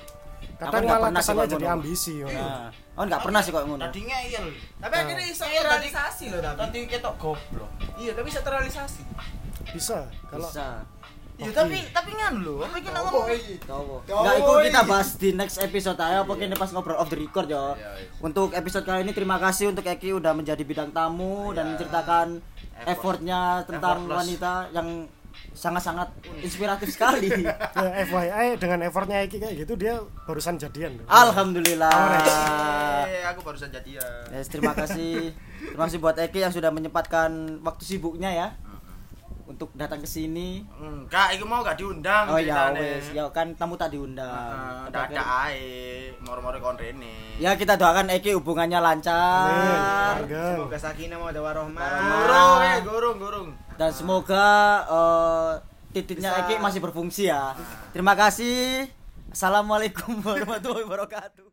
Kadang nggak malah pernah sih kesannya kok jadi ngono. ambisi ngono. Nah, aku nggak pernah sih kok ngono. Tadi ngeyel. Tapi akhirnya bisa Iya, terrealisasi loh tapi. Tadi ketok goblok. Iya, tapi bisa terrealisasi. Bisa kalau Bisa. Iya, tapi nganu lho, apa iki ngomong? Tahu. Nggak itu kita bahas di next episode aja apa kini pas ngobrol off the record yo. Iya, iya. Untuk episode kali ini terima kasih untuk Eki udah menjadi bidang tamu dan Iya. menceritakan effortnya tentang Effortless. wanita yang sangat-sangat inspiratif sekali. ya, FYI dengan effortnya Eki kayak gitu dia barusan jadian. Alhamdulillah. Aku barusan jadian. Yes, terima kasih. Terima kasih buat Eki yang sudah menyempatkan waktu sibuknya ya untuk datang ke sini. Enggak, iku mau gak diundang. Oh ya ceritane. wes, ya kan tamu tak diundang. Dadak ae, moro-moro kon rene. Ya kita doakan Eki hubungannya lancar Amin. Semoga sakinah mawaddah warahmah. Gurung. dan semoga titiknya Bisa. Eki masih berfungsi ya. Terima kasih. Assalamualaikum warahmatullahi wabarakatuh.